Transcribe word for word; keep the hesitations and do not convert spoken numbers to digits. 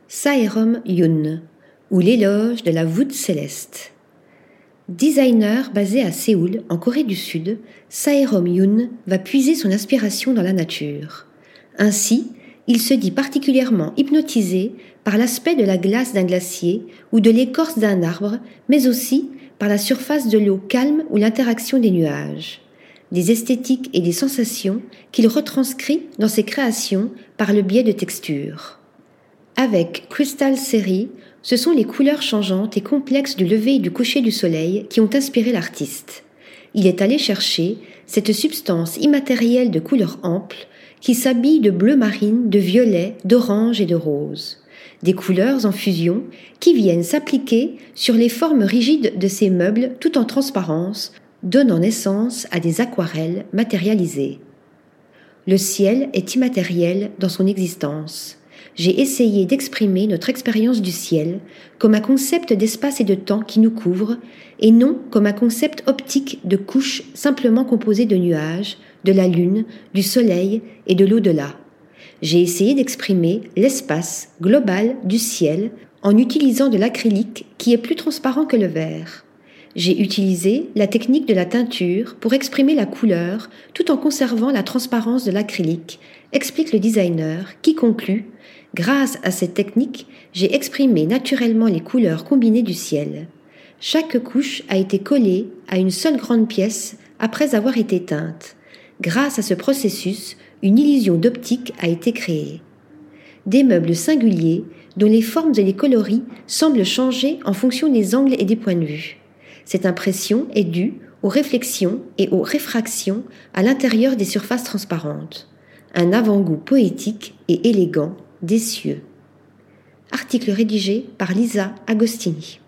Saerom Yoon, ou l'éloge de la voûte céleste. Designer basé à Séoul, en Corée du Sud, Saerom Yoon va puiser son inspiration dans la nature. Ainsi, il se dit particulièrement hypnotisé par l'aspect de la glace d'un glacier ou de l'écorce d'un arbre, mais aussi par la surface de l'eau calme ou l'interaction des nuages. Des esthétiques et des sensations qu'il retranscrit dans ses créations par le biais de textures. Avec Crystal Series, ce sont les couleurs changeantes et complexes du lever et du coucher du soleil qui ont inspiré l'artiste. Il est allé chercher cette substance immatérielle de couleurs amples qui s'habille de bleu marine, de violet, d'orange et de rose. Des couleurs en fusion qui viennent s'appliquer sur les formes rigides de ces meubles tout en transparence, donnant naissance à des aquarelles matérialisées. Le ciel est immatériel dans son existence. J'ai essayé d'exprimer notre expérience du ciel comme un concept d'espace et de temps qui nous couvre, et non comme un concept optique de couches simplement composées de nuages, de la lune, du soleil et de l'au-delà. J'ai essayé d'exprimer l'espace global du ciel en utilisant de l'acrylique qui est plus transparent que le verre. J'ai utilisé la technique de la teinture pour exprimer la couleur tout en conservant la transparence de l'acrylique, explique le designer qui conclut: grâce à cette technique, j'ai exprimé naturellement les couleurs combinées du ciel. Chaque couche a été collée à une seule grande pièce après avoir été teinte. Grâce à ce processus, une illusion d'optique a été créée. Des meubles singuliers dont les formes et les coloris semblent changer en fonction des angles et des points de vue. Cette impression est due aux réflexions et aux réfractions à l'intérieur des surfaces transparentes. Un avant-goût poétique et élégant des cieux. Article rédigé par Lisa Agostini.